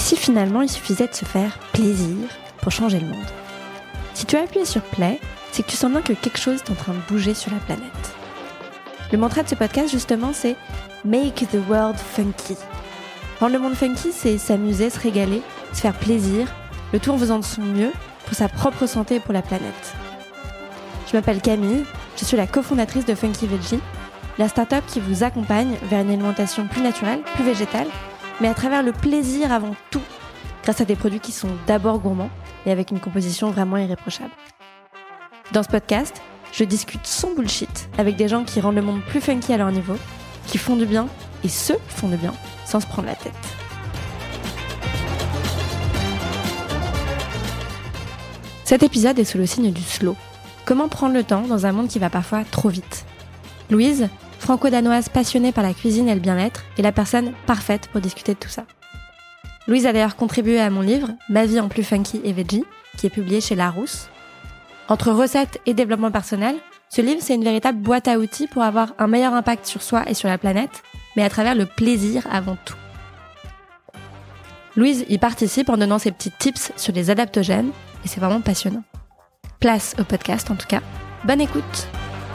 si finalement il suffisait de se faire plaisir pour changer le monde? Si tu as appuyé sur play, c'est que tu sens bien que quelque chose est en train de bouger sur la planète. Le mantra de ce podcast, justement, c'est « Make the world funky ». Rendre le monde funky, c'est s'amuser, se régaler, se faire plaisir, le tout en faisant de son mieux pour sa propre santé et pour la planète. Je m'appelle Camille, je suis la cofondatrice de Funky Veggie, la start-up qui vous accompagne vers une alimentation plus naturelle, plus végétale, mais à travers le plaisir avant tout, grâce à des produits qui sont d'abord gourmands et avec une composition vraiment irréprochable. Dans ce podcast, je discute sans bullshit avec des gens qui rendent le monde plus funky à leur niveau, qui font du bien et se font du bien sans se prendre la tête. Cet épisode est sous le signe du slow. Comment prendre le temps dans un monde qui va parfois trop vite? Louise, franco-danoise passionnée par la cuisine et le bien-être, est la personne parfaite pour discuter de tout ça. Louise a d'ailleurs contribué à mon livre « Ma vie en plus funky et veggie » qui est publié chez Larousse. Entre recettes et développement personnel, ce livre c'est une véritable boîte à outils pour avoir un meilleur impact sur soi et sur la planète, mais à travers le plaisir avant tout. Louise y participe en donnant ses petits tips sur les adaptogènes et c'est vraiment passionnant. Place au podcast en tout cas. Bonne écoute!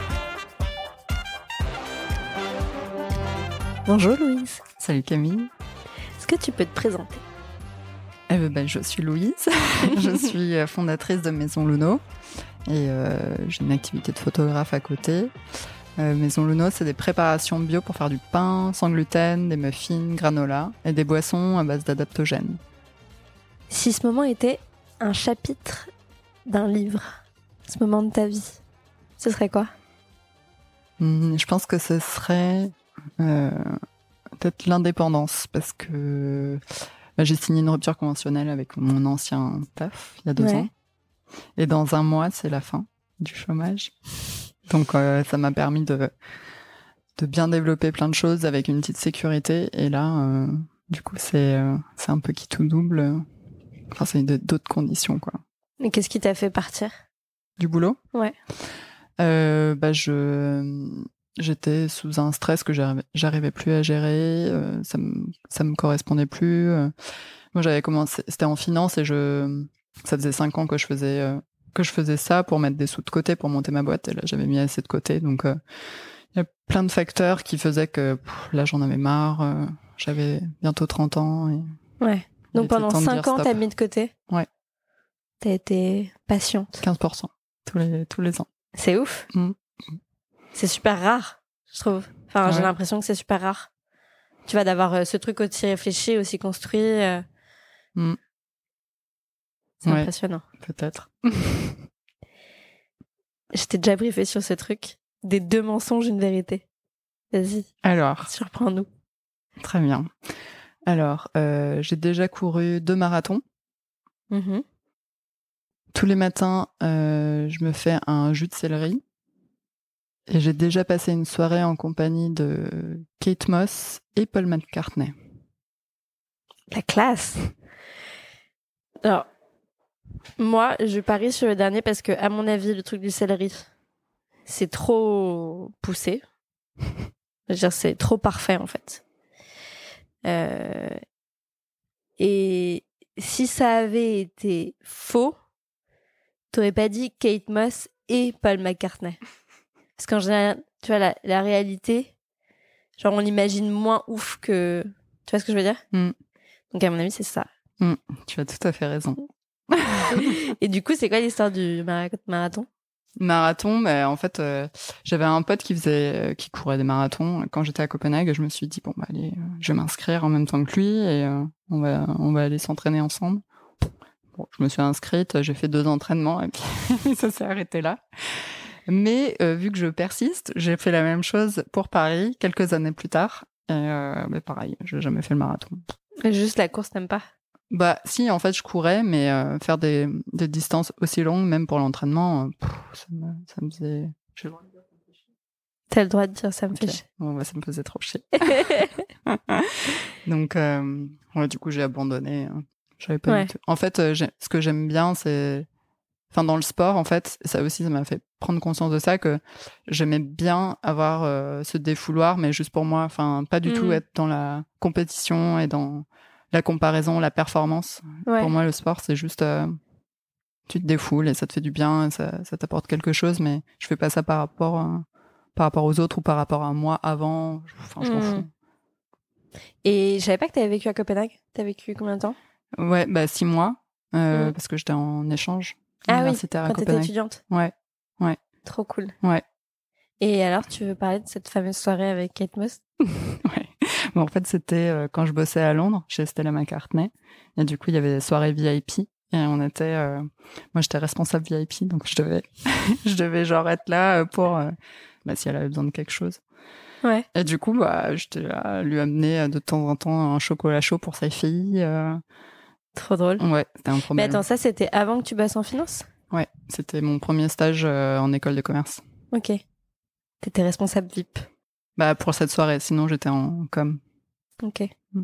Bonjour Louise. Salut Camille. Est-ce que tu peux te présenter? Je suis Louise, je suis fondatrice de Maison Luno et j'ai une activité de photographe à côté. Maison Luno, c'est des préparations bio pour faire du pain sans gluten, des muffins, granola et des boissons à base d'adaptogènes. Si ce moment était un chapitre d'un livre, ce moment de ta vie, ce serait quoi? Je pense que ce serait peut-être l'indépendance parce que j'ai signé une rupture conventionnelle avec mon ancien taf il y a 2 ans. Et dans 1 mois, c'est la fin du chômage. Donc ça m'a permis de bien développer plein de choses avec une petite sécurité. Et là, du coup, c'est un peu qui tout double. Enfin, c'est d'autres conditions, quoi. Mais qu'est-ce qui t'a fait partir? Du boulot? Ouais. J'étais sous un stress que j'arrivais plus à gérer, ça me correspondait plus. Moi, j'avais commencé, c'était en finance et ça faisait 5 ans que je faisais ça pour mettre des sous de côté pour monter ma boîte. Et là, j'avais mis assez de côté. Donc, il y a plein de facteurs qui faisaient que là, j'en avais marre. J'avais bientôt 30 ans. Ouais. Donc, pendant 5 ans, t'as mis de côté? Ouais. T'as été patiente? 15%. Tous les ans. C'est ouf. C'est super rare, je trouve. Enfin, j'ai l'impression que c'est super rare. Tu vois, d'avoir ce truc aussi réfléchi, aussi construit. C'est impressionnant. Peut-être. Je t'ai déjà briefé sur ce truc. Des 2 mensonges, une vérité. Vas-y. Alors. Surprends-nous. Très bien. Alors, j'ai déjà couru 2 marathons. Tous les matins, je me fais un jus de céleri. Et j'ai déjà passé une soirée en compagnie de Kate Moss et Paul McCartney. La classe! Alors, moi, je parie sur le dernier parce que, à mon avis, le truc du céleri, c'est trop poussé. Je veux dire, c'est trop parfait, en fait. Et si ça avait été faux, t'aurais pas dit Kate Moss et Paul McCartney. Parce qu'en général, tu vois, la réalité, genre, on l'imagine moins ouf que... Tu vois ce que je veux dire? Donc, à mon avis, c'est ça. Tu as tout à fait raison. Et du coup, c'est quoi l'histoire du marathon? Marathon, en fait, j'avais un pote qui courait des marathons. Quand j'étais à Copenhague, je me suis dit, allez, je vais m'inscrire en même temps que lui et on va aller s'entraîner ensemble. Bon, je me suis inscrite, j'ai fait 2 entraînements et puis ça s'est arrêté là. Mais vu que je persiste, j'ai fait la même chose pour Paris quelques années plus tard. Et pareil, je n'ai jamais fait le marathon. Juste la course, t'aimes pas? Si, en fait, je courais, mais faire des distances aussi longues, même pour l'entraînement, ça me faisait... T'as le droit de dire ça me fait chier. Bon, ça me faisait trop chier. Donc, du coup, j'ai abandonné. J'avais pas du tout. En fait, ce que j'aime bien, c'est... Enfin, dans le sport, en fait, ça m'a fait prendre conscience de ça, que j'aimais bien avoir ce défouloir, mais juste pour moi. Enfin, pas du tout être dans la compétition et dans la comparaison, la performance. Ouais. Pour moi, le sport, c'est juste tu te défoules et ça te fait du bien, ça t'apporte quelque chose, mais je fais pas ça par rapport aux autres ou par rapport à moi avant. Enfin, je m'en fous. Et je savais pas que t'avais vécu à Copenhague. T'as vécu combien de temps? Ouais, 6 mois, parce que j'étais en échange universitaire à quand Copenhague. t'étais étudiante. Ouais. Trop cool. Ouais. Et alors, tu veux parler de cette fameuse soirée avec Kate Moss? Ouais. Bon, en fait, c'était quand je bossais à Londres chez Stella McCartney, et du coup, il y avait des soirées VIP. Et on était, moi j'étais responsable VIP, donc je devais genre être là pour, si elle avait besoin de quelque chose. Ouais. Et du coup, j'étais là à lui amener de temps en temps un chocolat chaud pour sa fille. Trop drôle. Ouais, c'était un problème. Mais attends, ça c'était avant que tu bosses en finance? Ouais, c'était mon premier stage en école de commerce. Ok. T'étais responsable VIP. Pour cette soirée, sinon j'étais en com. Ok.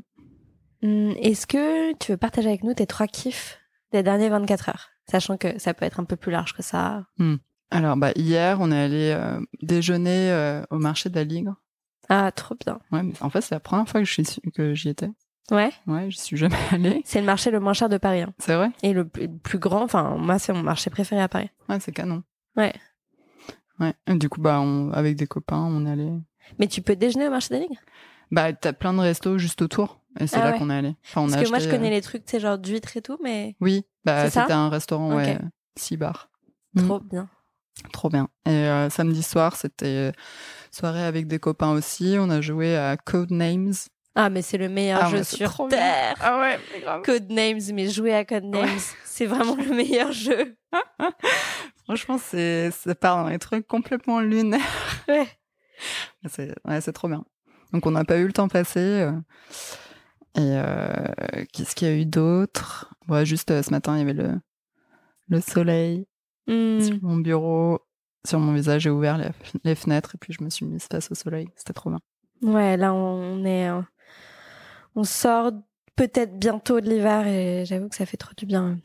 Est-ce que tu veux partager avec nous tes 3 kiffs des derniers 24 heures, sachant que ça peut être un peu plus large que ça? Alors, hier, on est allé déjeuner au marché de la Ligre. Ah, trop bien. Ouais, mais en fait, c'est la première fois que j'y étais. Ouais. Ouais, je suis jamais allée. C'est le marché le moins cher de Paris. Hein. C'est vrai? Et le plus grand, enfin, moi, c'est mon marché préféré à Paris. Ouais, c'est canon. Ouais. Ouais. Et du coup, avec des copains, on est allé. Mais tu peux déjeuner au marché de la Ligre? T'as plein de restos juste autour. Et c'est là qu'on est allé. Enfin, Parce que moi, je connais les trucs, tu sais, genre d'huîtres et tout, mais... Oui, c'était un restaurant, okay. 6 bars. Trop bien. Trop bien. Et samedi soir, c'était soirée avec des copains aussi. On a joué à Codenames. Ah, mais c'est le meilleur jeu sur Terre. Ah ouais, mais grave. Codenames, mais jouer à Codenames, c'est vraiment le meilleur jeu. Franchement, ça part dans des trucs complètement lunaires. Ouais. C'est trop bien. Donc, on n'a pas eu le temps passer. Et qu'est-ce qu'il y a eu d'autre? Juste ce matin, il y avait le soleil sur mon bureau. Sur mon visage, j'ai ouvert les fenêtres et puis je me suis mise face au soleil. C'était trop bien. Ouais, là, on sort peut-être bientôt de l'hiver et j'avoue que ça fait trop du bien.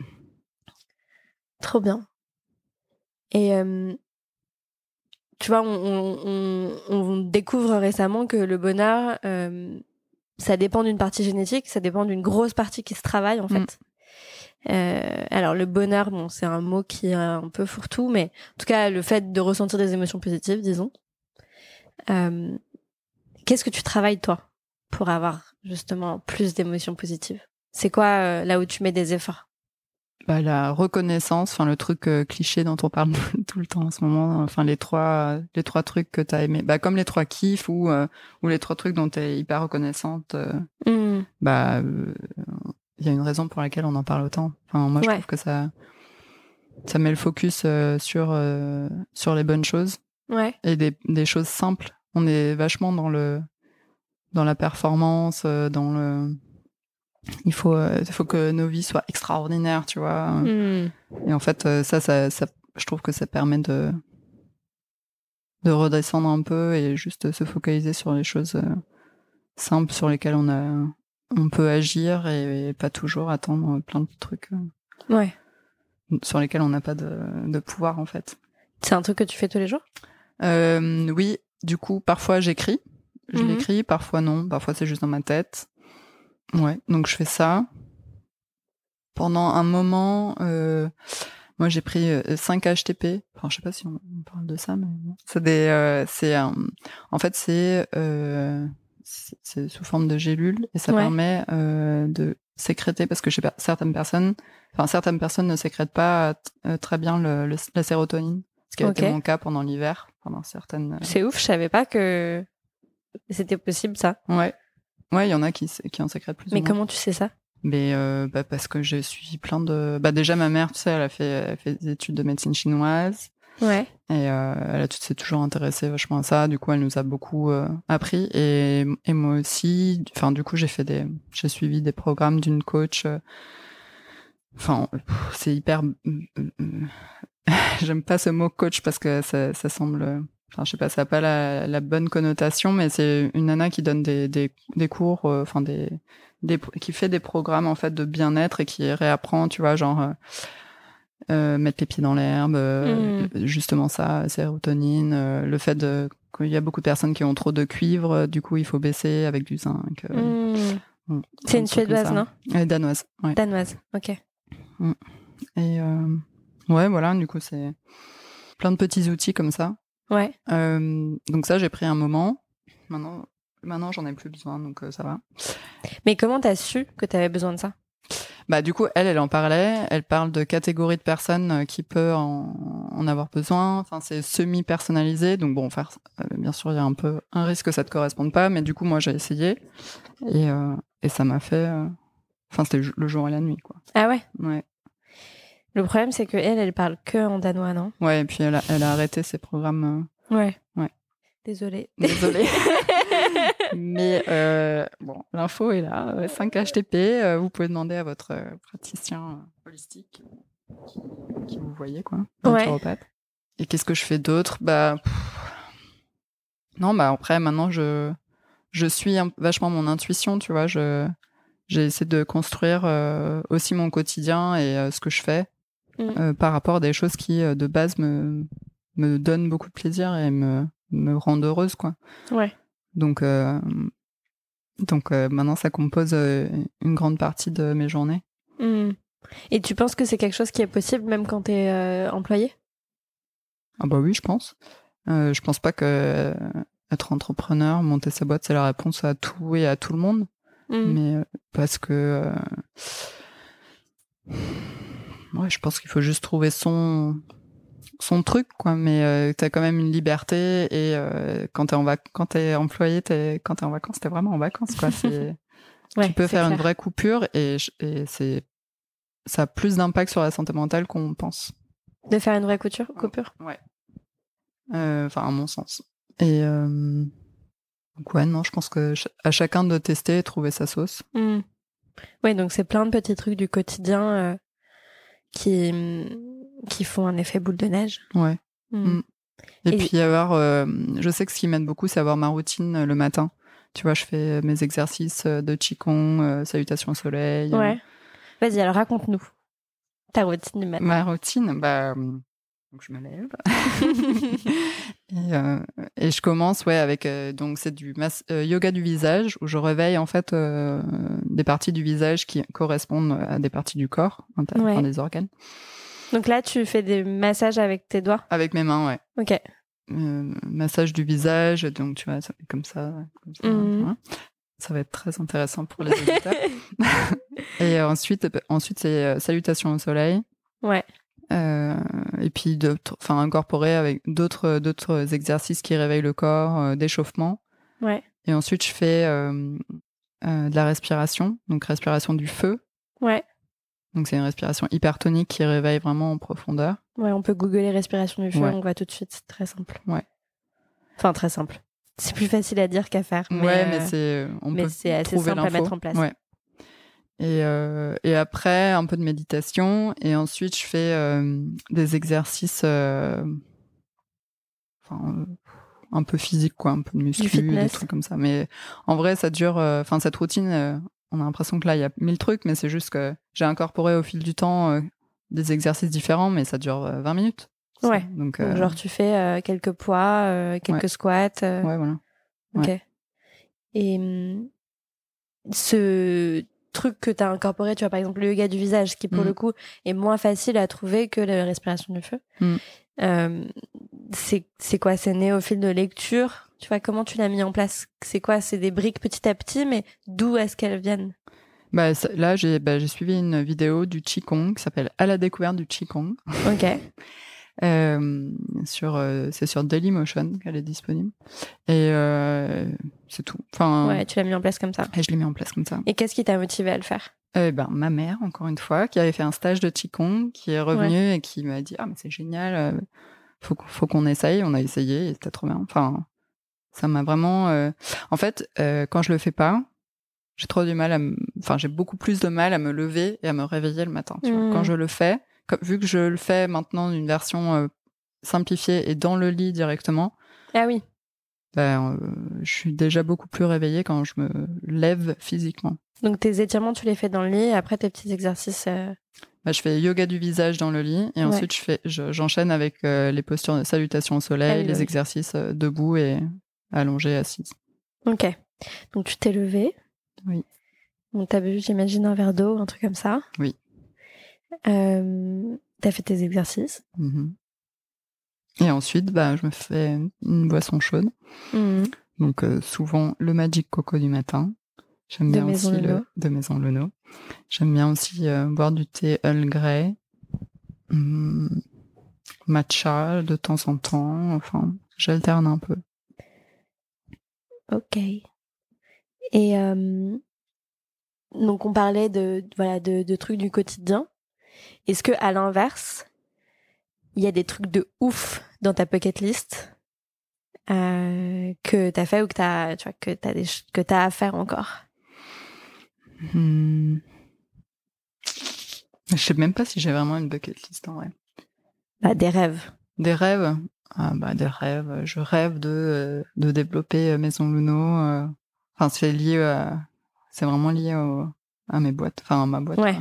Trop bien. Et tu vois, on découvre récemment que le bonheur, ça dépend d'une partie génétique, ça dépend d'une grosse partie qui se travaille, en fait. Alors, le bonheur, c'est un mot qui est un peu fourre-tout, mais en tout cas, le fait de ressentir des émotions positives, disons. Qu'est-ce que tu travailles, toi, pour avoir, justement, plus d'émotions positives? C'est quoi, là où tu mets des efforts? La reconnaissance, le truc cliché dont on parle tout le temps en ce moment, les trois trucs que t'as aimé, comme les 3 kiffs ou les 3 trucs dont t'es hyper reconnaissante. Il y a une raison pour laquelle on en parle autant. Moi, je trouve que ça met le focus sur les bonnes choses et des choses simples. On est vachement dans la performance, il faut que nos vies soient extraordinaires, tu vois. Et en fait, ça, je trouve que ça permet de redescendre un peu et juste se focaliser sur les choses simples sur lesquelles on peut agir et pas toujours attendre plein de trucs sur lesquels on n'a pas de pouvoir, en fait. C'est un truc que tu fais tous les jours? Oui, du coup, parfois j'écris. Je l'écris, parfois non. Parfois c'est juste dans ma tête. Ouais, donc je fais ça. Pendant un moment, moi j'ai pris 5 HTP. Enfin, je sais pas si on parle de ça, mais bon. En fait, c'est sous forme de gélules et ça permet de sécréter, parce que je sais pas, certaines personnes ne sécrètent pas très bien la sérotonine, ce qui a été mon cas pendant l'hiver, pendant certaines. C'est ouf, je savais pas que c'était possible ça. Ouais, il y en a qui en sécrètent plus. Mais comment tu sais ça? Mais parce que je suis plein de. Déjà ma mère, tu sais, elle a fait des études de médecine chinoise. Ouais. Et elle s'est toujours intéressée vachement à ça. Du coup, elle nous a beaucoup appris. Et moi aussi. Enfin, du coup, j'ai suivi des programmes d'une coach. C'est hyper. J'aime pas ce mot coach parce que ça semble. Enfin, je sais pas, ça a pas la bonne connotation, mais c'est une nana qui donne des cours, qui fait des programmes en fait de bien-être et qui réapprend, tu vois, genre mettre les pieds dans l'herbe, justement ça, sérotonine, le fait qu'il y a beaucoup de personnes qui ont trop de cuivre, du coup il faut baisser avec du zinc. C'est une Suédoise, non ? Danoise, ouais. Danoise, ok. Et ouais, voilà, du coup, c'est plein de petits outils comme ça. Ouais. Donc ça, j'ai pris un moment. Maintenant, j'en ai plus besoin, donc ça va. Mais comment t'as su que t'avais besoin de ça ? Bah, du coup, elle en parlait. Elle parle de catégories de personnes qui peuvent en avoir besoin. Enfin, c'est semi-personnalisé. Donc bon, bien sûr, il y a un peu un risque que ça te corresponde pas. Mais du coup, moi, j'ai essayé. Et ça m'a fait... Enfin, c'était le jour et la nuit, quoi. Ah ouais ? Ouais. Le problème, c'est que elle parle que en danois, non ? Ouais, et puis elle a arrêté ses programmes. Ouais. Désolée. Mais bon, l'info est là. 5 HTP, vous pouvez demander à votre praticien holistique qui vous voyez, quoi, naturopathe. Et qu'est-ce que je fais d'autre ? Non, après, maintenant, je suis vachement mon intuition, tu vois. J'ai essayé de construire aussi mon quotidien et ce que je fais par rapport à des choses qui, de base, me donnent beaucoup de plaisir et me rendent heureuse, quoi. Ouais. Donc maintenant, ça compose une grande partie de mes journées. Et tu penses que c'est quelque chose qui est possible même quand t'es employé ? Ah bah oui, je pense. Je pense pas que être entrepreneur, monter sa boîte, c'est la réponse à tout et à tout le monde. Mais parce que ouais, je pense qu'il faut juste trouver son truc, quoi. Mais t'as quand même une liberté et quand t'es employé, quand t'es en vacances, t'es vraiment en vacances, quoi. Tu peux faire une vraie coupure et ça a plus d'impact sur la santé mentale qu'on pense. De faire une vraie coupure ? Ouais. Enfin, à mon sens. Et donc ouais, non, je pense que à chacun de tester et trouver sa sauce. Ouais, donc c'est plein de petits trucs du quotidien qui font un effet boule de neige. Ouais. Et puis je sais que ce qui m'aide beaucoup, c'est avoir ma routine le matin. Tu vois, je fais mes exercices de Qigong, salutations au soleil. Ouais. Vas-y, alors raconte-nous ta routine du matin. Ma routine, donc je me lève et je commence avec donc c'est du yoga du visage où je réveille en fait des parties du visage qui correspondent à des parties du corps, enfin, des organes. Donc là, tu fais des massages avec tes doigts ? Avec mes mains, ouais. Ok. Massage du visage, donc tu vois, ça fait comme ça. Voilà. Ça va être très intéressant pour les auditeurs. Et ensuite c'est salutations au soleil. Ouais. Et puis incorporer avec d'autres exercices qui réveillent le corps, d'échauffement. Ouais. Et ensuite je fais de la respiration, donc respiration du feu. Ouais. Donc c'est une respiration hypertonique qui réveille vraiment en profondeur. Ouais, on peut googler respiration du feu, on voit tout de suite, c'est très simple. Ouais. Enfin, très simple. C'est plus facile à dire qu'à faire. Mais c'est assez simple à mettre en place. Ouais. Et après, un peu de méditation. Et ensuite, je fais des exercices un peu physiques, quoi. Un peu de muscu, des trucs comme ça. Mais en vrai, ça dure... cette routine, on a l'impression que là, il y a 1000 trucs, mais c'est juste que j'ai incorporé au fil du temps des exercices différents, mais ça dure 20 minutes. Ouais. Donc genre, tu fais quelques poids, quelques squats. Ouais, voilà. Ok. Ouais. Et ce truc que tu as incorporé, tu vois, par exemple, le yoga du visage, qui pour le coup est moins facile à trouver que la respiration du feu. C'est quoi ? C'est né au fil de lecture ? Tu vois, comment tu l'as mis en place ? C'est quoi ? C'est des briques petit à petit, mais d'où est-ce qu'elles viennent ? Là, j'ai suivi une vidéo du Qigong qui s'appelle « À la découverte du Qigong ». Ok. C'est sur Dailymotion qu'elle est disponible. Et c'est tout. Ouais, tu l'as mis en place comme ça. Et je l'ai mis en place comme ça. Et qu'est-ce qui t'a motivé à le faire ? Ma mère, encore une fois, qui avait fait un stage de Qigong, qui est revenue et qui m'a dit « Ah, mais c'est génial, faut qu'on essaye ». On a essayé et c'était trop bien. Enfin, ça m'a vraiment... En fait, quand je le fais pas, j'ai trop du mal j'ai beaucoup plus de mal à me lever et à me réveiller le matin. Tu vois. Quand je le fais, vu que je le fais maintenant d'une version simplifiée et dans le lit directement. Ah oui. Je suis déjà beaucoup plus réveillée quand je me lève physiquement. Donc tes étirements, tu les fais dans le lit, et après tes petits exercices. Je fais yoga du visage dans le lit et ensuite j'enchaîne avec les postures de salutation au soleil, les exercices debout et allongée, assise. Ok. Donc tu t'es levée. Oui. Donc, t'as bu, j'imagine, un verre d'eau, un truc comme ça. Oui. T'as fait tes exercices. Et ensuite, je me fais une boisson chaude. Donc, souvent, le Magic Coco du matin. J'aime bien aussi de Maison Luno. J'aime bien aussi boire du thé Earl Grey. Matcha de temps en temps. Enfin, j'alterne un peu. Ok. Et donc, on parlait de trucs du quotidien. Est-ce que, à l'inverse, il y a des trucs de ouf dans ta bucket list que t'as fait ou que t'as à faire encore? Je sais même pas si j'ai vraiment une bucket list en vrai. Des rêves. Des rêves. Des rêves. Je rêve de développer Maison Luno. Enfin, c'est vraiment lié à mes boîtes. Enfin, à ma boîte. Ouais.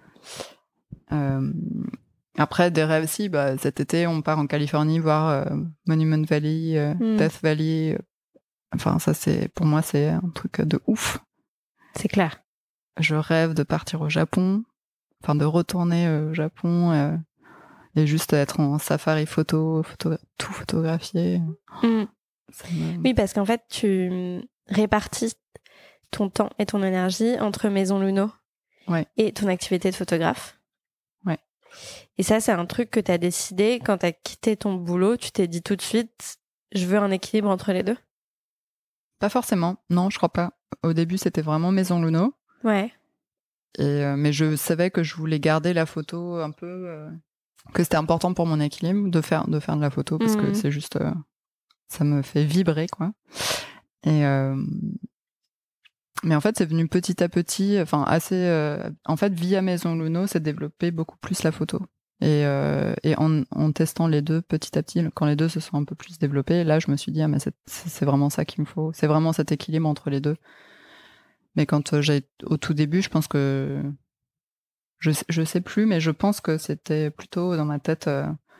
Après, des rêves, si. Cet été, on part en Californie voir Monument Valley, Death Valley. Enfin, ça, pour moi, c'est un truc de ouf. C'est clair. Je rêve de partir au Japon. Enfin, de retourner au Japon. Et juste être en safari tout photographié. Oui, parce qu'en fait, tu répartis ton temps et ton énergie entre Maison Luno et ton activité de photographe. Ouais. Et ça, c'est un truc que tu as décidé quand tu as quitté ton boulot. Tu t'es dit tout de suite, je veux un équilibre entre les deux? Pas forcément. Non, je crois pas. Au début, c'était vraiment Maison Luno. Ouais. Mais je savais que je voulais garder la photo un peu... que c'était important pour mon équilibre de faire de la photo parce que c'est juste ça me fait vibrer quoi. Et mais en fait c'est venu petit à petit, enfin assez en fait via Maison Luno c'est développé beaucoup plus la photo et en testant les deux petit à petit quand les deux se sont un peu plus développés, là je me suis dit mais c'est vraiment ça qu'il me faut, c'est vraiment cet équilibre entre les deux. Mais quand au tout début, je pense que je sais plus, mais je pense que c'était plutôt dans ma tête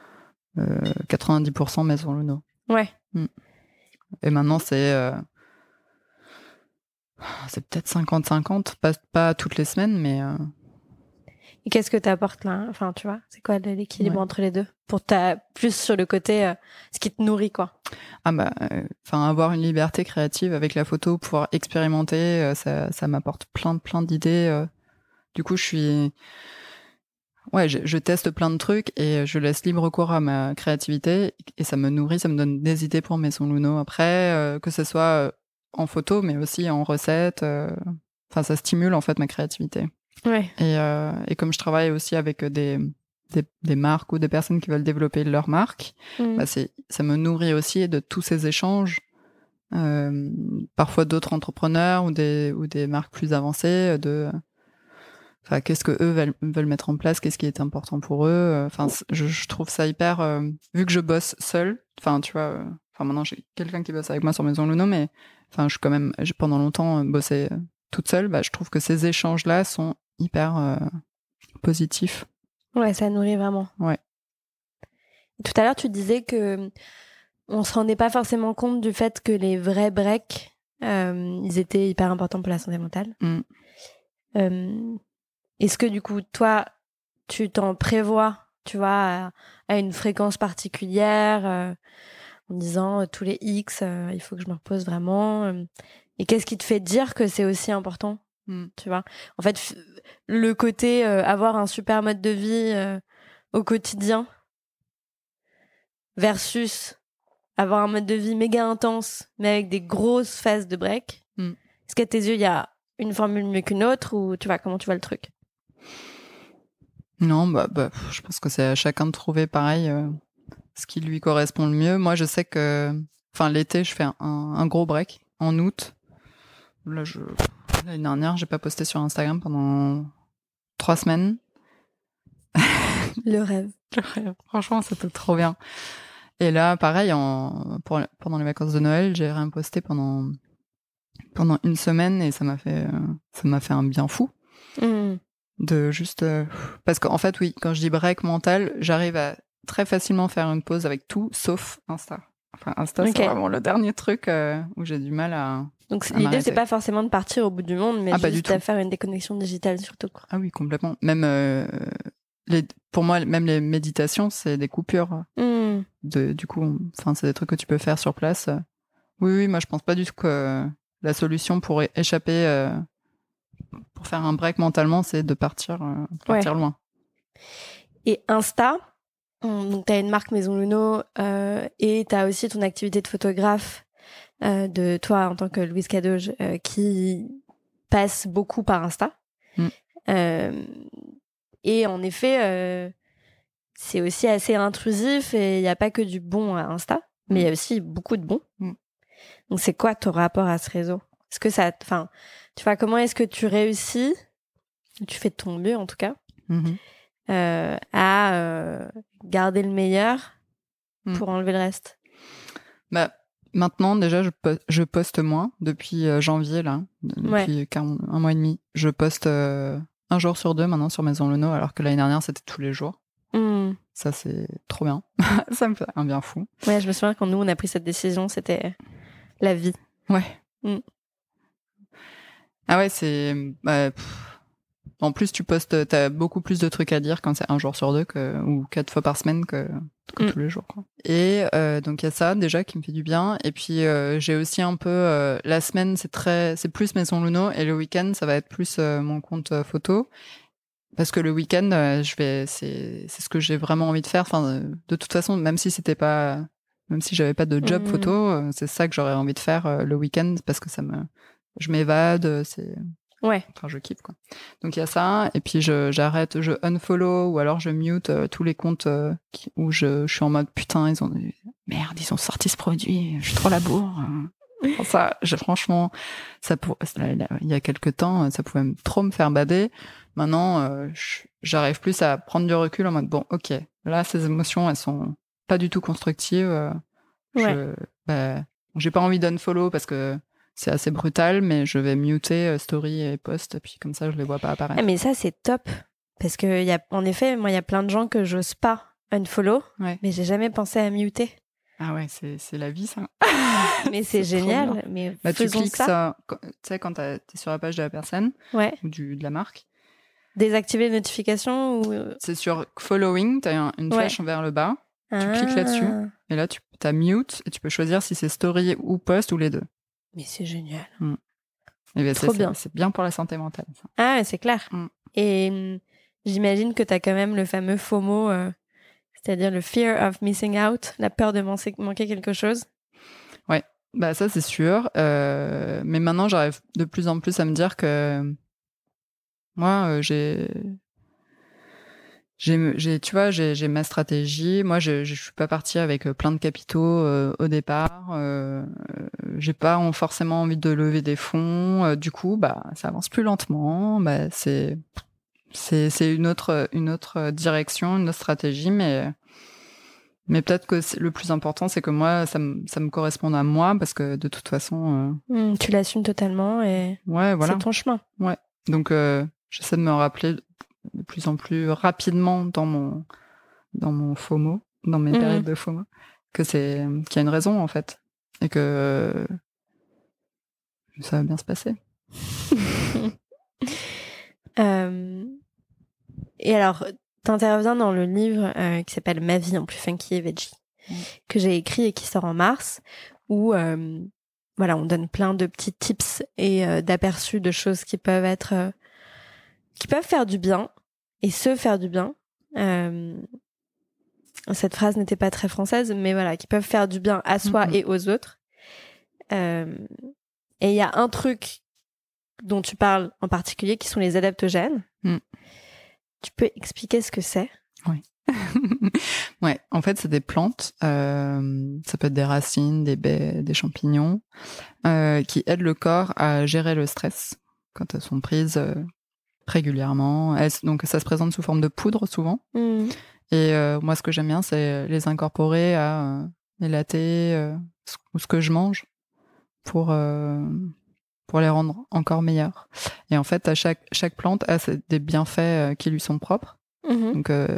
90% Maison Luno. Ouais. Et maintenant, c'est peut-être 50-50, pas toutes les semaines, mais... Et qu'est-ce que t'apportes là? Enfin, tu vois, c'est quoi l'équilibre entre les deux? Pour plus sur le côté, ce qui te nourrit, quoi. Avoir une liberté créative avec la photo, pouvoir expérimenter, ça m'apporte plein d'idées. Du coup, je teste plein de trucs et je laisse libre cours à ma créativité et ça me nourrit, ça me donne des idées pour Maison Luno après, que ce soit en photo mais aussi en recettes. Enfin, ça stimule en fait ma créativité. Ouais. Et comme je travaille aussi avec des marques ou des personnes qui veulent développer leur marque, ça me nourrit aussi de tous ces échanges. Parfois d'autres entrepreneurs ou des marques plus avancées Enfin, qu'est-ce que eux veulent mettre en place, qu'est-ce qui est important pour eux. Enfin, je trouve ça hyper. Vu que je bosse seule, enfin, tu vois. Maintenant, j'ai quelqu'un qui bosse avec moi sur Maison Luno, mais enfin, j'ai pendant longtemps bossé toute seule. Je trouve que ces échanges-là sont hyper positifs. Ouais, ça nourrit vraiment. Ouais. Tout à l'heure, tu disais que on se rendait pas forcément compte du fait que les vrais breaks, ils étaient hyper importants pour la santé mentale. Est-ce que du coup, toi, tu t'en prévois, tu vois, à une fréquence particulière, en disant tous les X, il faut que je me repose vraiment. Et qu'est-ce qui te fait dire que c'est aussi important, tu vois? En fait, le côté avoir un super mode de vie au quotidien versus avoir un mode de vie méga intense, mais avec des grosses phases de break. Est-ce qu'à tes yeux, il y a une formule mieux qu'une autre ou tu vois, comment tu vois le truc? Non, je pense que c'est à chacun de trouver pareil ce qui lui correspond le mieux. Moi, je sais que, l'été, je fais un gros break en août. Là, l'année dernière, j'ai pas posté sur Instagram pendant 3 semaines. Le rêve. Franchement, c'était trop bien. Et là, pareil, pendant les vacances de Noël, j'ai rien posté pendant une semaine et ça m'a fait un bien fou. De juste parce qu'en fait oui, quand je dis break mental, j'arrive à très facilement faire une pause avec tout sauf Insta. Enfin, Insta, c'est vraiment le dernier truc où j'ai du mal à. Donc l'idée, c'est pas forcément de partir au bout du monde, mais juste à faire une déconnexion digitale surtout, quoi. Ah oui, complètement. Même pour moi, même les méditations, c'est des coupures. Du coup, enfin, c'est des trucs que tu peux faire sur place. Oui, moi, je pense pas du tout que la solution pour échapper, pour faire un break mentalement, c'est de partir loin. Et Insta, donc t'as une marque Maison Luno et t'as aussi ton activité de photographe de toi en tant que Louise Cadoge qui passe beaucoup par Insta. Et en effet, c'est aussi assez intrusif et il n'y a pas que du bon à Insta, mais il y a aussi beaucoup de bon. Donc c'est quoi ton rapport à ce réseau? Est-ce que ça, enfin, tu vois, comment est-ce que tu réussis, tu fais de ton mieux en tout cas, à garder le meilleur pour enlever le reste? Bah, maintenant, déjà, je poste moins depuis janvier, là, depuis un mois et demi. Je poste un jour sur 2 maintenant sur Maison Luno, alors que l'année dernière, c'était tous les jours. Ça, c'est trop bien. Ça me fait un bien fou. Ouais, je me souviens quand nous, on a pris cette décision, c'était la vie. Ouais. Ah ouais, c'est... En plus, tu postes, t'as beaucoup plus de trucs à dire quand c'est un jour sur 2 ou 4 fois par semaine que tous les jours, quoi. Et donc il y a ça déjà qui me fait du bien. Et puis j'ai aussi un peu la semaine, c'est plus Maison Luno, et le week-end ça va être plus mon compte photo. Parce que le week-end, c'est ce que j'ai vraiment envie de faire. Enfin, de toute façon, même si j'avais pas de job photo, c'est ça que j'aurais envie de faire le week-end parce que je m'évade, enfin, je kiffe, quoi. Donc il y a ça, et puis j'arrête, je unfollow ou alors je mute tous les comptes où je suis en mode putain, merde, ils ont sorti ce produit, je suis trop la bourre. Ça, franchement, il y a quelques temps, ça pouvait trop me faire bader. Maintenant, j'arrive plus à prendre du recul en mode bon, ok, là ces émotions elles sont pas du tout constructives. J'ai pas envie d'unfollow parce que c'est assez brutal, mais je vais muter story et post, puis comme ça je les vois pas apparaître. Mais ça c'est top parce que en effet, moi il y a plein de gens que j'ose pas unfollow, mais j'ai jamais pensé à muter. Ah ouais, c'est la vie, ça. Mais c'est génial. Mais tu cliques ça, tu sais, quand t'es sur la page de la personne ou de la marque. Désactiver les notifications ou... C'est sur following, t'as une flèche vers le bas. Tu cliques là-dessus et là t'as mute et tu peux choisir si c'est story ou post ou les deux. Mais c'est génial. Et bien, trop bien. C'est bien pour la santé mentale, ça. Ah, c'est clair. Et j'imagine que t'as quand même le fameux FOMO, c'est-à-dire le fear of missing out, la peur de manquer quelque chose. Ouais, bah ça c'est sûr. Mais maintenant j'arrive de plus en plus à me dire que moi tu vois, j'ai ma stratégie. Moi je suis pas partie avec plein de capitaux au départ. J'ai pas forcément envie de lever des fonds. Du coup, bah ça avance plus lentement. Bah c'est une autre direction, une autre stratégie, mais peut-être que le plus important, c'est que moi, ça me corresponde à moi, parce que de toute façon... tu l'assumes totalement et voilà. C'est ton chemin. Ouais. Donc, j'essaie de me rappeler de plus en plus rapidement dans mon FOMO, dans mes périodes de FOMO, qu'il y a une raison, en fait, et que ça va bien se passer. Et alors, t'interviens dans le livre qui s'appelle Ma vie en plus funky et veggie, que j'ai écrit et qui sort en mars, où on donne plein de petits tips et d'aperçus de choses qui peuvent faire du bien et se faire du bien. Cette phrase n'était pas très française, mais voilà, qui peuvent faire du bien à soi et aux autres. Et il y a un truc dont tu parles en particulier qui sont les adaptogènes. Tu peux expliquer ce que c'est? Oui. Ouais, en fait, c'est des plantes. Ça peut être des racines, des baies, des champignons, qui aident le corps à gérer le stress quand elles sont prises régulièrement. Donc, ça se présente sous forme de poudre souvent. Et moi, ce que j'aime bien, c'est les incorporer à mes lattés ou ce que je mange pour les rendre encore meilleurs. Et en fait, à chaque plante a des bienfaits qui lui sont propres. Donc,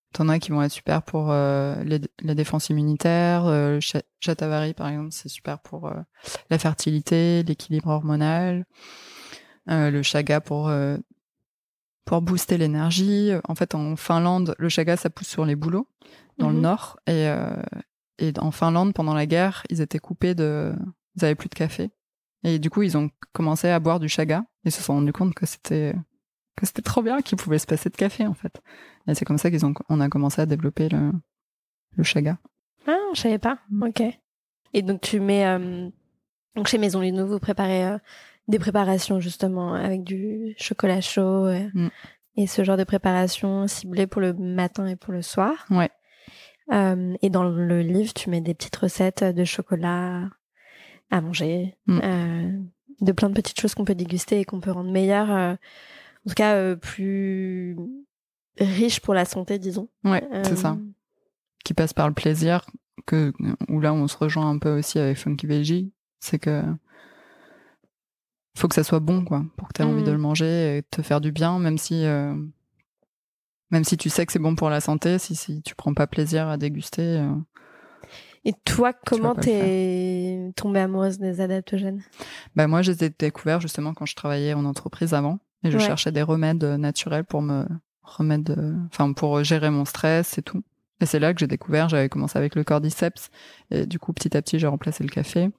T'en as qui vont être super pour la défense immunitaire. Le shatavari, par exemple, c'est super pour la fertilité, l'équilibre hormonal. Le chaga pour booster l'énergie. En fait, en Finlande, le chaga, ça pousse sur les bouleaux, dans le nord. Et en Finlande, pendant la guerre, ils étaient coupés ils avaient plus de café. Et du coup, ils ont commencé à boire du chaga. Et se sont rendus compte que c'était trop bien, qu'ils pouvaient se passer de café, en fait. Et c'est comme ça qu'on a commencé à développer le chaga. Ah, je savais pas. Ok. Et donc, tu mets... donc, chez Maison Lino, vous préparez des préparations, justement, avec du chocolat chaud et ce genre de préparation ciblée pour le matin et pour le soir. Ouais. Et dans le livre, tu mets des petites recettes de chocolat à manger, de plein de petites choses qu'on peut déguster et qu'on peut rendre meilleures, en tout cas plus riches pour la santé, disons. Ouais, c'est ça. Qui passe par le plaisir, où là on se rejoint un peu aussi avec Funky Veggie, c'est que faut que ça soit bon, quoi, pour que tu aies envie de le manger et te faire du bien, même si tu sais que c'est bon pour la santé, si tu prends pas plaisir à déguster. Et toi, comment t'es tombée amoureuse des adaptogènes ? Bah moi, je les ai découverts justement quand je travaillais en entreprise avant, et je cherchais des remèdes naturels pour pour gérer mon stress et tout. Et c'est là que j'ai découvert, j'avais commencé avec le cordyceps, et du coup, petit à petit, j'ai remplacé le café.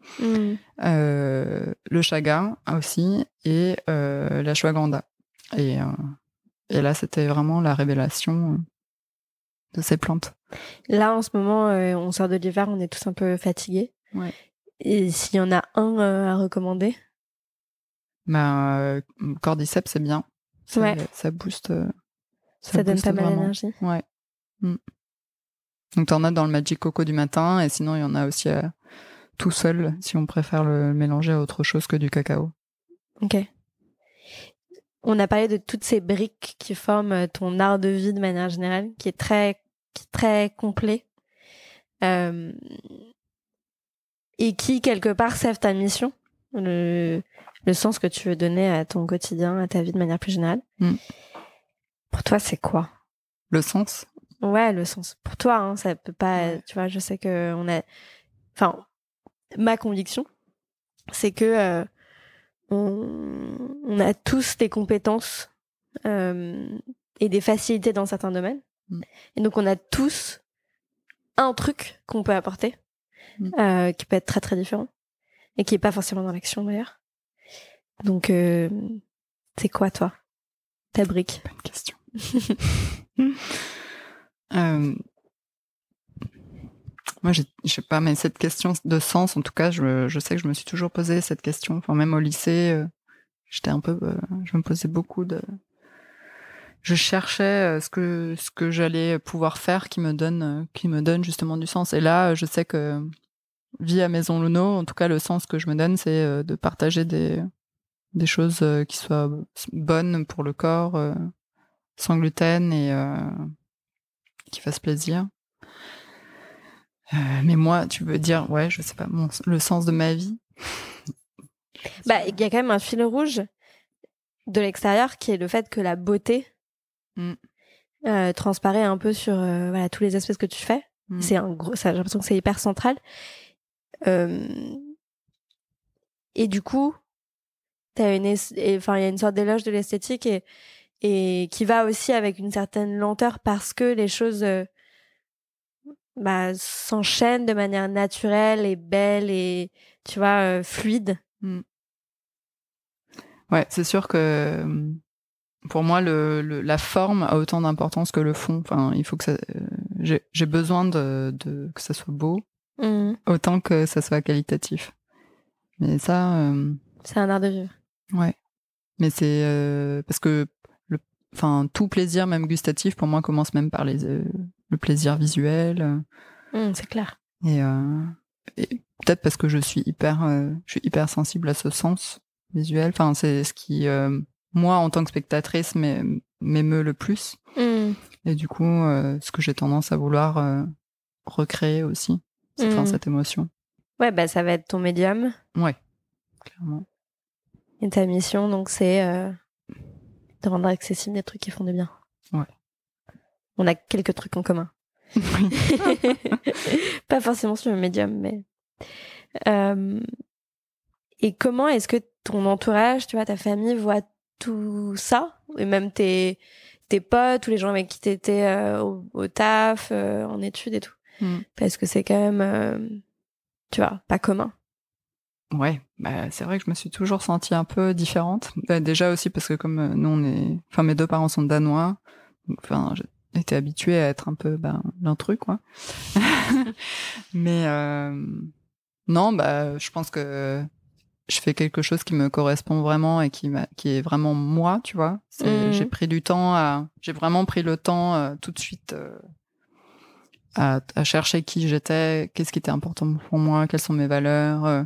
Le chaga aussi, et l'ashwagandha. Et là, c'était vraiment la révélation de ces plantes. Là, en ce moment, on sort de l'hiver, on est tous un peu fatigués. Ouais. Et s'il y en a un à recommander ? Cordyceps, c'est bien. Ça booste. Ça donne pas mal d'énergie. Ouais. Donc t'en as dans le Magic Coco du matin, et sinon il y en a aussi tout seul, si on préfère le mélanger à autre chose que du cacao. Ok. On a parlé de toutes ces briques qui forment ton art de vie de manière générale, qui est très complet, et qui quelque part servent ta mission, le sens que tu veux donner à ton quotidien, à ta vie de manière plus générale. Pour toi, c'est quoi ? Le sens ? Ouais, le sens. Pour toi, hein, ça peut pas. Tu vois, je sais que ma conviction, c'est que on a tous des compétences et des facilités dans certains domaines, et donc on a tous un truc qu'on peut apporter, qui peut être très très différent et qui est pas forcément dans l'action d'ailleurs. Donc, c'est quoi toi, ta brique ? Bonne question. Moi, je sais pas, mais cette question de sens, en tout cas, je sais que je me suis toujours posé cette question. Enfin, même au lycée, j'étais un peu, je me posais beaucoup je cherchais ce que j'allais pouvoir faire qui me donne justement du sens. Et là, je sais que via Maison Lino, en tout cas, le sens que je me donne, c'est de partager des choses qui soient bonnes pour le corps, sans gluten et qui fassent plaisir. Mais moi, tu veux dire, ouais, je sais pas, le sens de ma vie. Bah, il y a quand même un fil rouge de l'extérieur qui est le fait que la beauté transparaît un peu sur tous les aspects que tu fais. C'est j'ai l'impression que c'est hyper central. Et du coup, il y a une sorte d'éloge de l'esthétique et qui va aussi avec une certaine lenteur parce que les choses s'enchaînent de manière naturelle et belle et, tu vois, fluide. Ouais, c'est sûr que pour moi, la forme a autant d'importance que le fond. Enfin, il faut que ça. J'ai besoin que ça soit beau, autant que ça soit qualitatif. Mais ça. C'est un art de vivre. Ouais. Mais c'est parce que tout plaisir, même gustatif, pour moi, commence même par le plaisir visuel. C'est clair. Et peut-être parce que je suis hyper sensible à ce sens visuel. Enfin, c'est ce qui moi, en tant que spectatrice, m'émeut le plus. Et du coup, ce que j'ai tendance à vouloir recréer aussi, cette émotion. Ouais, ça va être ton médium. Ouais, clairement. Et ta mission, donc, c'est de rendre accessible des trucs qui font du bien. Ouais. On a quelques trucs en commun. Oui. Pas forcément sur le médium, mais... Et comment est-ce que ton entourage, tu vois, ta famille voit tout ça? Et même tes potes, tous les gens avec qui t'étais au taf, en études et tout. Parce que c'est quand même, tu vois, pas commun. Ouais, bah c'est vrai que je me suis toujours sentie un peu différente. Bah, déjà aussi parce que comme nous mes deux parents sont danois, donc j'étais habituée à être un peu l'intrus quoi. Mais non, je pense que je fais quelque chose qui me correspond vraiment et qui est vraiment moi, tu vois. J'ai vraiment pris le temps tout de suite à chercher qui j'étais, qu'est-ce qui était important pour moi, quelles sont mes valeurs.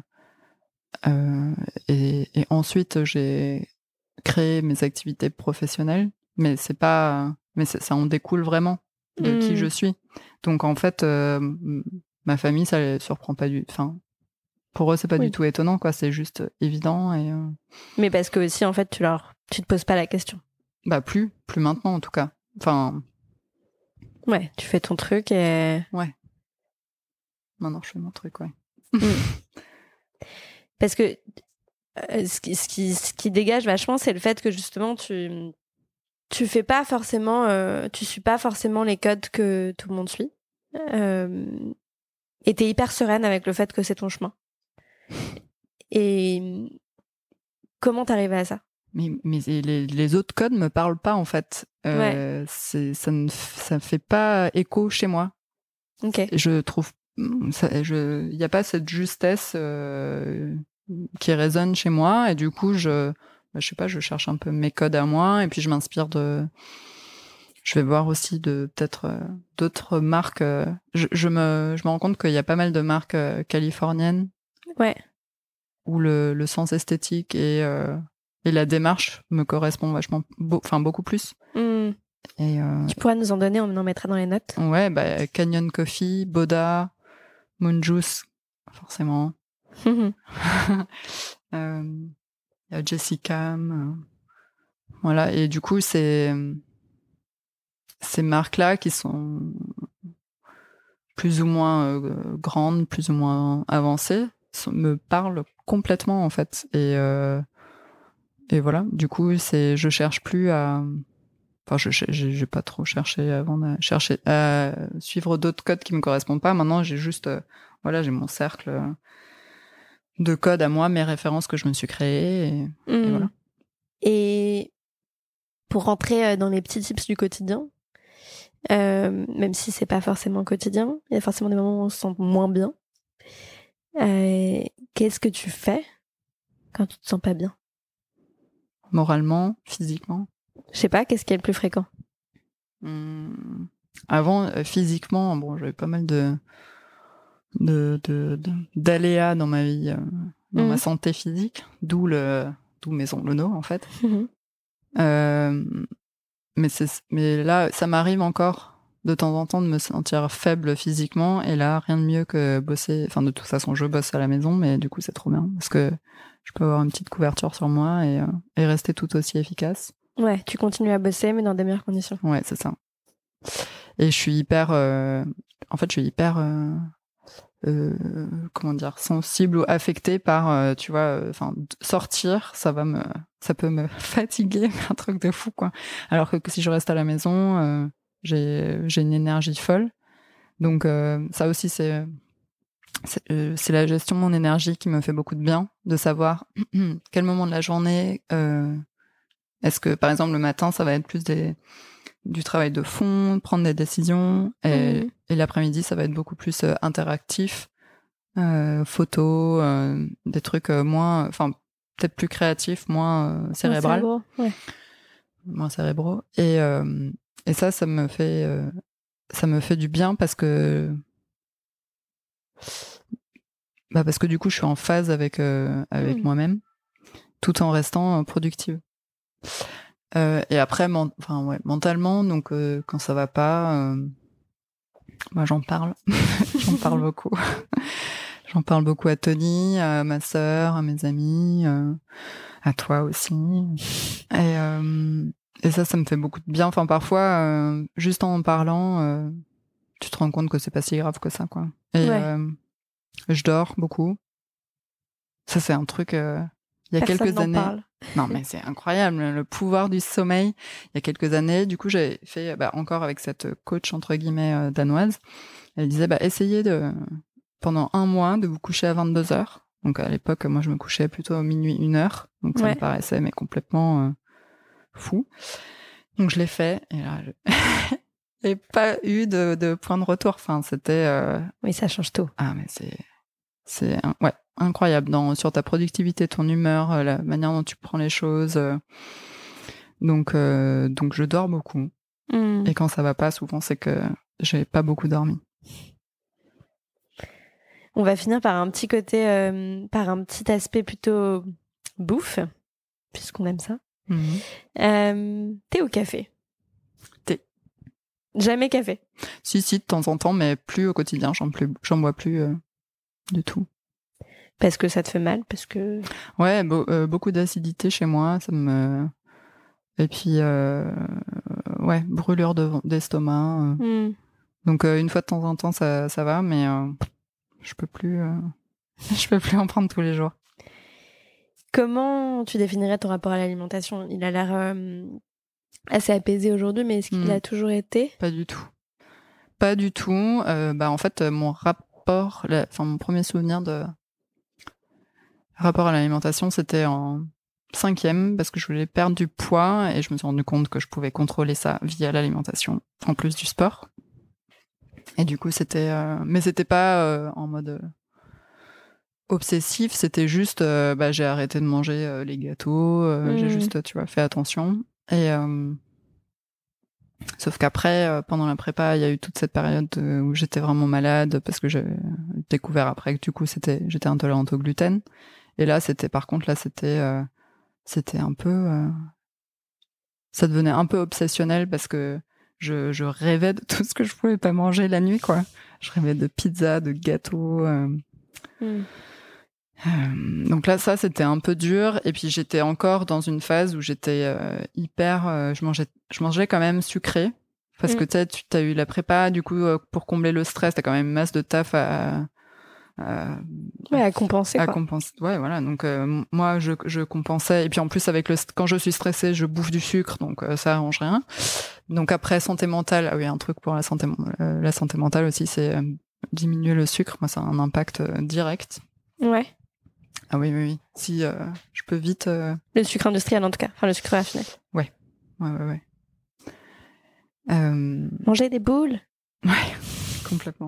Et ensuite, j'ai créé mes activités professionnelles, mais ça en découle vraiment de qui je suis. Donc en fait, ma famille, ça les surprend pas pour eux, c'est pas du tout étonnant, quoi. C'est juste évident et. Mais parce que aussi, en fait, tu te poses pas la question. Plus maintenant en tout cas. Enfin. Ouais, tu fais ton truc et. Ouais. Maintenant, je fais mon truc, ouais. Parce que ce qui dégage vachement, c'est le fait que justement tu fais pas forcément, tu suis pas forcément les codes que tout le monde suit, et t'es hyper sereine avec le fait que c'est ton chemin. Et comment t'arrives à ça? Mais les autres codes me parlent pas en fait. Ça fait pas écho chez moi. Ok. Je trouve il y a pas cette justesse qui résonne chez moi et du coup je sais pas, je cherche un peu mes codes à moi et puis je m'inspire je vais voir aussi peut-être d'autres marques. Je me rends compte qu'il y a pas mal de marques californiennes. Ouais. Où le sens esthétique et la démarche me correspond vachement, beaucoup plus. Et tu pourras nous en donner, on en mettra dans les notes. Ouais, Canyon Coffee, Boda, Moon Juice, forcément. Il y a Jessica, voilà. Et du coup, ces marques-là qui sont plus ou moins grandes, plus ou moins avancées, me parlent complètement en fait. Et voilà. Du coup, je cherche plus à. Enfin, j'ai pas trop cherché avant de chercher à suivre d'autres codes qui me correspondent pas. Maintenant, j'ai juste, j'ai mon cercle de codes à moi, mes références que je me suis créées, et voilà. Et pour rentrer dans les petits tips du quotidien, même si c'est pas forcément quotidien, il y a forcément des moments où on se sent moins bien. Qu'est-ce que tu fais quand tu te sens pas bien? Moralement, physiquement. Je sais pas, qu'est-ce qui est le plus fréquent? Avant, physiquement, j'avais pas mal d'aléas dans ma vie, dans ma santé physique, d'où Maison Lono en fait. Mais là, ça m'arrive encore de temps en temps de me sentir faible physiquement, et là, rien de mieux que bosser. Enfin, de toute façon, je bosse à la maison, mais du coup, c'est trop bien parce que je peux avoir une petite couverture sur moi et rester tout aussi efficace. Ouais, tu continues à bosser, mais dans des meilleures conditions. Ouais, c'est ça. Et je suis hyper, comment dire, sensible ou affectée par, tu vois, sortir, ça peut me fatiguer, un truc de fou, quoi. Alors que si je reste à la maison, j'ai une énergie folle. Donc, ça aussi, c'est la gestion de mon énergie qui me fait beaucoup de bien, de savoir quel moment de la journée, est-ce que, par exemple, le matin, ça va être plus du travail de fond, prendre des décisions, et l'après-midi, ça va être beaucoup plus interactif, photo, des trucs moins, peut-être plus créatifs, moins cérébral, moins cérébraux, et ça me fait du bien parce que du coup, je suis en phase avec moi-même, tout en restant productive. Et après, mentalement, donc quand ça va pas, j'en parle. J'en parle beaucoup. J'en parle beaucoup à Tony, à ma sœur, à mes amis, à toi aussi. Et ça me fait beaucoup de bien. Enfin, parfois, juste en parlant, tu te rends compte que c'est pas si grave que ça, quoi. Et je dors beaucoup. Ça, c'est un truc... il y a quelques années... Parle. Non, mais c'est incroyable, le pouvoir du sommeil. Il y a quelques années, du coup, j'ai fait, encore avec cette coach, entre guillemets, danoise, elle disait, essayez pendant 1 mois, de vous coucher à 22h. Donc, à l'époque, moi, je me couchais plutôt à minuit, 1h. Donc, ça me paraissait, mais complètement fou. Donc, je l'ai fait, et là, j'ai pas eu de point de retour. Enfin, c'était... Oui, ça change tout. Ah, mais c'est incroyable sur ta productivité, ton humeur, la manière dont tu prends les choses. Donc je dors beaucoup. Et quand ça va pas, souvent, c'est que j'ai pas beaucoup dormi. On va finir par un petit côté, par un petit aspect plutôt bouffe, puisqu'on aime ça. Thé ou café ? Thé. Jamais café ? Si, de temps en temps, mais plus au quotidien. J'en bois plus du tout. Parce que ça te fait mal, parce que... Ouais, beaucoup d'acidité chez moi, ça me... Et puis, brûlure d'estomac. Donc, une fois de temps en temps, ça va, mais je peux plus en prendre tous les jours. Comment tu définirais ton rapport à l'alimentation ? Il a l'air assez apaisé aujourd'hui, mais est-ce qu'il a toujours été ? Pas du tout. Pas du tout. En fait, mon premier souvenir de rapport à l'alimentation, c'était en 5e, parce que je voulais perdre du poids et je me suis rendu compte que je pouvais contrôler ça via l'alimentation, en plus du sport. Et du coup, c'était... mais c'était pas en mode obsessif, c'était juste... j'ai arrêté de manger les gâteaux, j'ai juste, fait attention. Et... sauf qu'après, pendant la prépa, il y a eu toute cette période où j'étais vraiment malade, parce que j'ai découvert après que du coup, j'étais intolérante au gluten. Et là, c'était un peu... ça devenait un peu obsessionnel, parce que je rêvais de tout ce que je pouvais pas manger la nuit, quoi. Je rêvais de pizza, de gâteaux. Donc là, ça, c'était un peu dur. Et puis, j'étais encore dans une phase où j'étais hyper... je mangeais quand même sucré. Parce que tu as eu la prépa, du coup, pour combler le stress, t'as quand même masse de taf à compenser, quoi. Ouais, voilà. Donc, moi, je compensais. Et puis, en plus, quand je suis stressée, je bouffe du sucre. Donc, ça arrange rien. Donc, après, santé mentale. Ah oui, un truc pour la santé mentale aussi, c'est diminuer le sucre. Moi, ça a un impact direct. Ouais. Ah oui. Si je peux vite... Le sucre industriel, en tout cas. Enfin, le sucre raffiné. Ouais. Manger des boules. Ouais, complètement.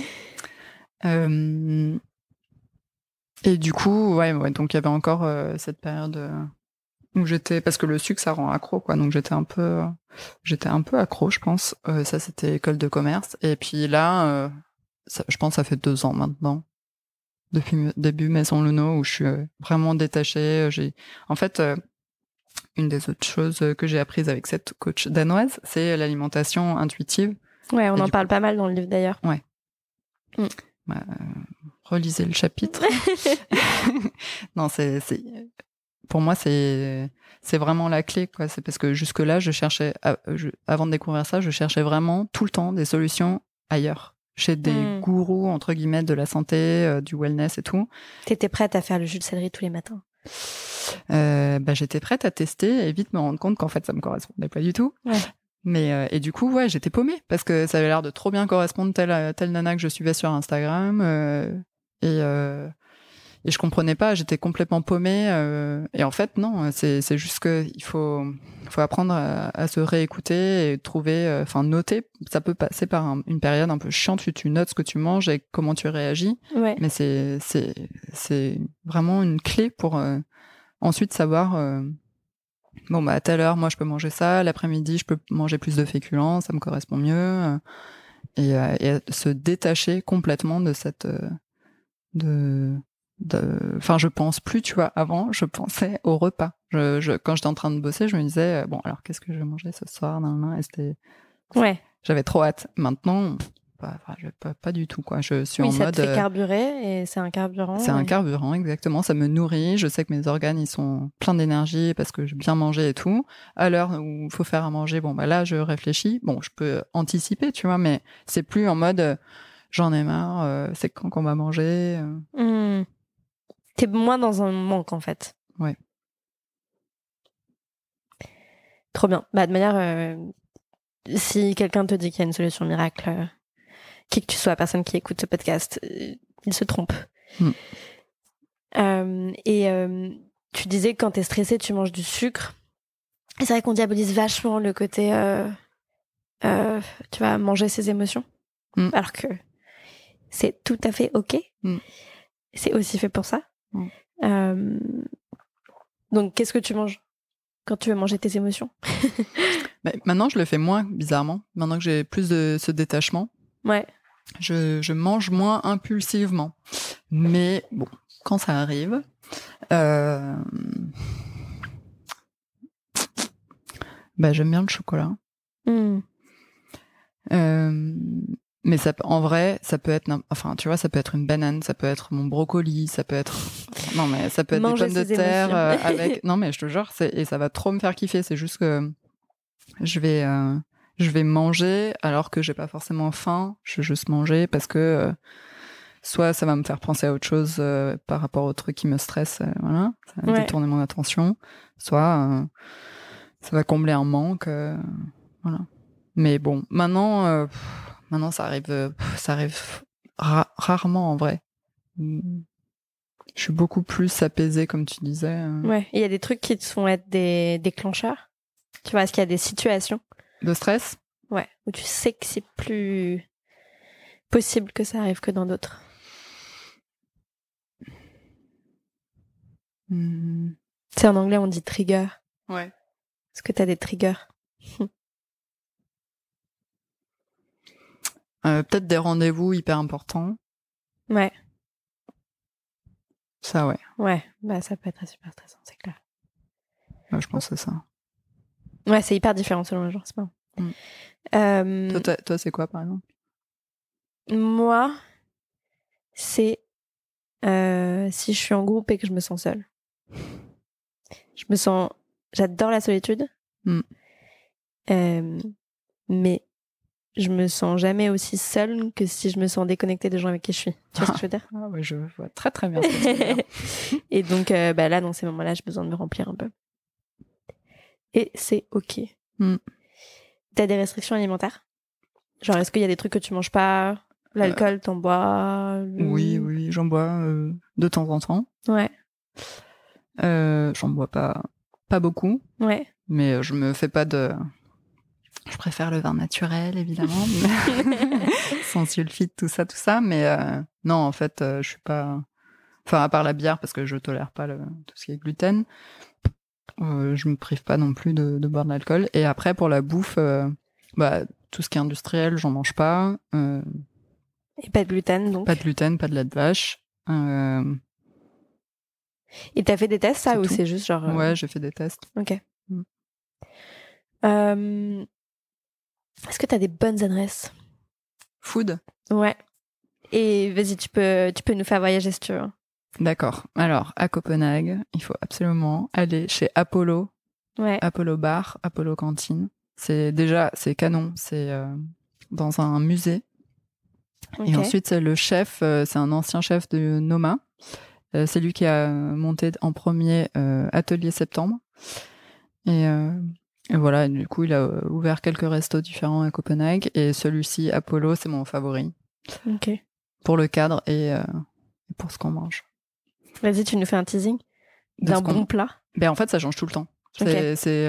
Et du coup, donc il y avait encore cette période où parce que le sucre, ça rend accro, quoi. Donc j'étais un peu accro, je pense. Ça, c'était école de commerce. Et puis là, je pense que ça fait 2 ans maintenant. Depuis début Maison Luno, où je suis vraiment détachée. En fait, une des autres choses que j'ai apprises avec cette coach danoise, c'est l'alimentation intuitive. Ouais, on en parle pas mal dans le livre, d'ailleurs. Ouais. Relisez le chapitre. Non, pour moi, c'est vraiment la clé, quoi. C'est parce que jusque-là, avant de découvrir ça, je cherchais vraiment tout le temps des solutions ailleurs. Chez des gourous, entre guillemets, de la santé, du wellness et tout. T'étais prête à faire le jus de céleri tous les matins? J'étais prête à tester et vite me rendre compte qu'en fait, ça me correspondait pas du tout. Ouais. Mais et du coup, j'étais paumée parce que ça avait l'air de trop bien correspondre telle nana que je suivais sur Instagram et je comprenais pas, j'étais complètement paumée et en fait non, c'est juste que il faut apprendre à se réécouter et trouver, noter. Ça peut passer par une période un peu chiante où tu notes ce que tu manges et comment tu réagis. Ouais. Mais c'est vraiment une clé pour ensuite savoir. À telle heure, moi, je peux manger ça. L'après-midi, je peux manger plus de féculents, ça me correspond mieux. Et se détacher complètement de cette... je pense plus, tu vois. Avant, je pensais au repas. Quand j'étais en train de bosser, je me disais, alors, qu'est-ce que je vais manger ce soir? Et c'était... Ouais. J'avais trop hâte. Maintenant, pas du tout, quoi. Je suis en ça mode... te fait carburer et c'est un carburant. C'est un carburant, exactement. Ça me nourrit. Je sais que mes organes, ils sont pleins d'énergie parce que j'ai bien mangé et tout. À l'heure où il faut faire à manger, là, je réfléchis. Bon, je peux anticiper, tu vois, mais c'est plus en mode j'en ai marre, c'est quand qu'on va manger. T'es moins dans un manque, en fait. Ouais. Trop bien. De manière, si quelqu'un te dit qu'il y a une solution miracle, qui que tu sois, personne qui écoute ce podcast, il se trompe. Tu disais que quand t'es stressé, tu manges du sucre. Et c'est vrai qu'on diabolise vachement le côté, tu vas manger ses émotions. Alors que c'est tout à fait OK. C'est aussi fait pour ça. Donc, qu'est-ce que tu manges quand tu veux manger tes émotions? Maintenant, je le fais moins, bizarrement. Maintenant que j'ai plus de ce détachement. Ouais. Je mange moins impulsivement. Mais bon, quand ça arrive... j'aime bien le chocolat. Mais ça, en vrai, ça peut être, tu vois, ça peut être une banane, ça peut être mon brocoli, ça peut être, ça peut être des pommes de terre avec. Non, mais je te jure, et ça va trop me faire kiffer. C'est juste que je vais manger alors que j'ai pas forcément faim. Je vais juste manger parce que soit ça va me faire penser à autre chose par rapport au truc qui me stresse, ça va détourner mon attention. Soit ça va combler un manque, voilà. Mais bon, maintenant ça arrive rarement en vrai. Je suis beaucoup plus apaisée, comme tu disais. Ouais, il y a des trucs qui te font être des déclencheurs. Tu vois, est-ce qu'il y a des situations de stress? Ouais, où tu sais que c'est plus possible que ça arrive que dans d'autres. C'est en anglais, on dit trigger. Ouais. Est-ce que t'as des triggers? Peut-être des rendez-vous hyper importants. Ouais. Ça, ouais. Ouais, ça peut être super stressant, c'est clair. Ouais, je pense que c'est ça. Ouais, c'est hyper différent selon les jours, c'est pas. Toi, c'est quoi, par exemple? Moi, c'est si je suis en groupe et que je me sens seule. J'adore la solitude. Mais je me sens jamais aussi seule que si je me sens déconnectée des gens avec qui je suis. Tu vois ce que je veux dire? Ah ouais, je vois très très bien ce que tu veux dire. Et donc là, dans ces moments-là, j'ai besoin de me remplir un peu. Et c'est OK. T'as des restrictions alimentaires? Genre, est-ce qu'il y a des trucs que tu manges pas? L'alcool, t'en bois? Oui, j'en bois de temps en temps. Ouais. J'en bois pas beaucoup. Ouais. Mais je me fais pas de... Je préfère le vin naturel, évidemment. Sans sulfite, tout ça. Mais non, en fait, je suis pas... Enfin, à part la bière, parce que je tolère pas tout ce qui est gluten, je me prive pas non plus de boire de l'alcool. Et après, pour la bouffe, tout ce qui est industriel, j'en mange pas. Et pas de gluten, donc? Pas de gluten, pas de lait de vache. Et t'as fait des tests, ça, ou c'est juste genre... Ouais, j'ai fait des tests. Ok. Est-ce que t'as des bonnes adresses? Food? Ouais. Et vas-y, tu peux nous faire voyager si tu veux. D'accord. Alors, à Copenhague, il faut absolument aller chez Apollo. Ouais. Apollo Bar, Apollo Cantine. C'est canon. C'est dans un musée. Okay. Et ensuite, le chef, c'est un ancien chef de Noma. C'est lui qui a monté en premier Atelier Septembre. Et voilà, du coup, il a ouvert quelques restos différents à Copenhague. Et celui-ci, Apollo, c'est mon favori. Ok. Pour le cadre et pour ce qu'on mange. Vas-y, tu nous fais un teasing d'un bon plat. En fait, ça change tout le temps. Okay. C'est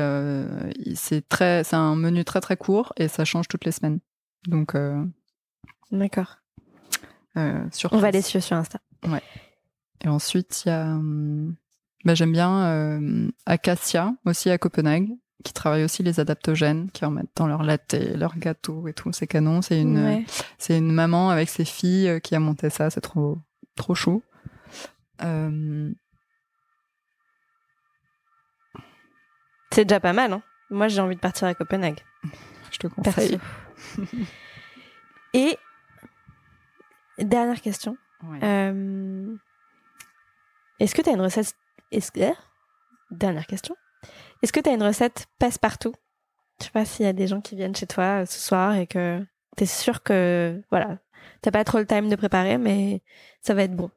un menu très très court et ça change toutes les semaines. Donc. D'accord. On va les suivre sur Insta. Ouais. Et ensuite, il y a. J'aime bien Acacia, aussi à Copenhague, qui travaille aussi les adaptogènes, qui en mettent dans leur latte, leur gâteau et tout. C'est canon. C'est une maman avec ses filles qui a monté ça. C'est trop chou. C'est déjà pas mal, hein. Moi, j'ai envie de partir à Copenhague. Je te conseille. Et Dernière question. Ouais. Est-ce que tu as une recette... Dernière question. Est-ce que tu as une recette passe-partout? Je sais pas s'il y a des gens qui viennent chez toi ce soir et que t'es sûr que voilà, t'as pas trop le time de préparer, mais ça va être bon.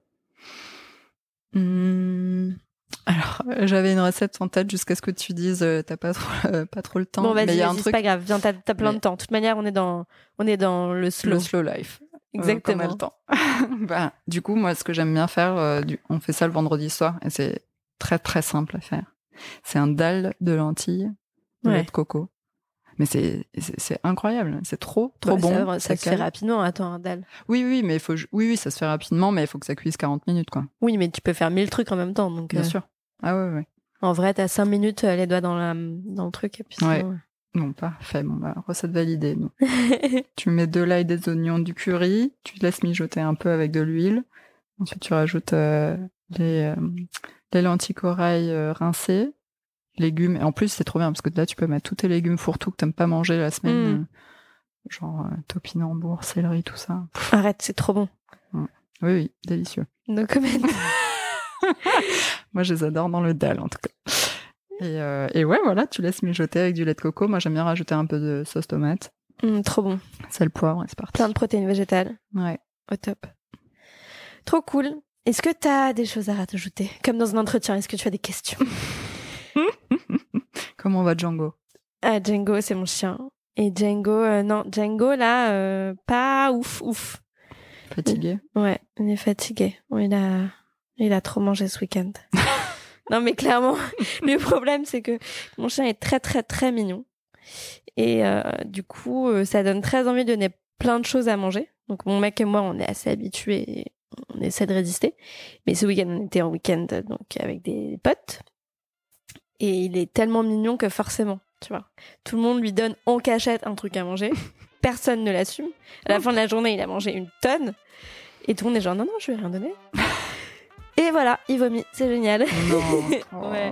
Alors, j'avais une recette en tête jusqu'à ce que tu dises t'as pas trop le temps. Bon, vas-y, mais il y a un c'est truc... pas grave. Viens, t'as plein de temps. De toute manière, on est dans le slow. Le slow life. Exactement. Quand on a le temps. Bah, du coup, moi, ce que j'aime bien faire, on fait ça le vendredi soir et c'est très très simple à faire. C'est un dalle de lentilles, de lait de coco. Mais c'est incroyable, c'est trop bon. Ça se fait rapidement, attends, un dalle. Oui, mais oui, ça se fait rapidement, mais il faut que ça cuise 40 minutes, quoi. Oui, mais tu peux faire 1000 trucs en même temps, donc. Bien sûr. Ah ouais. En vrai, t'as 5 minutes les doigts dans le truc et puis sinon... Ouais. Bon, parfait. Bon, bah, recette validée. Donc. Tu mets de l'ail, des oignons, du curry, tu laisses mijoter un peu avec de l'huile. Ensuite, tu rajoutes les lentilles corail rincées, légumes. Et en plus, c'est trop bien parce que là, tu peux mettre tous tes légumes fourre-tout que t'aimes pas manger la semaine. Genre topinambour, céleri, tout ça. Arrête, c'est trop bon. Oui, délicieux. No comment. Moi, je les adore dans le dalle, en tout cas. Et ouais, voilà, tu laisses mijoter avec du lait de coco. Moi, j'aime bien rajouter un peu de sauce tomate. Trop bon. Sel, poivre, et c'est parti. Plein de protéines végétales. Ouais. Au top. Trop cool. Est-ce que t'as des choses à rajouter? Comme dans un entretien, est-ce que tu as des questions? Comment va Django? Django, c'est mon chien. Et Django, Django, là, pas ouf. Fatigué? Ouais, il est fatigué. Il a trop mangé ce week-end. Non, mais clairement, le problème, c'est que mon chien est très, très, très mignon. Et du coup, ça donne très envie de donner plein de choses à manger. Donc, mon mec et moi, on est assez habitués et on essaie de résister. Mais ce week-end, on était en week-end donc avec des potes. Et il est tellement mignon que forcément, tu vois, tout le monde lui donne en cachette un truc à manger. Personne ne l'assume. À la fin de la journée, il a mangé 1 tonne. Et tout le monde est genre, non, je vais rien donner. Et voilà, il vomit. C'est génial. Non. Ouais.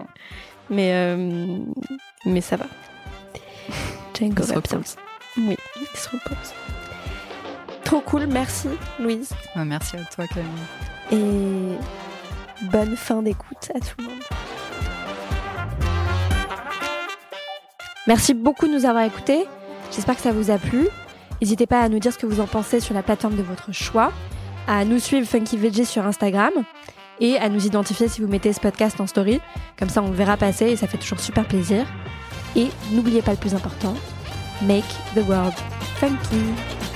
Mais ça va. Django va bien. Oui, il se repose. Trop cool, merci Louise. Merci à toi Camille. Et bonne fin d'écoute à tout le monde. Merci beaucoup de nous avoir écoutés. J'espère que ça vous a plu. N'hésitez pas à nous dire ce que vous en pensez sur la plateforme de votre choix, à nous suivre Funky Veggie sur Instagram et à nous identifier si vous mettez ce podcast en story. Comme ça, on le verra passer et ça fait toujours super plaisir. Et n'oubliez pas le plus important, make the world funky.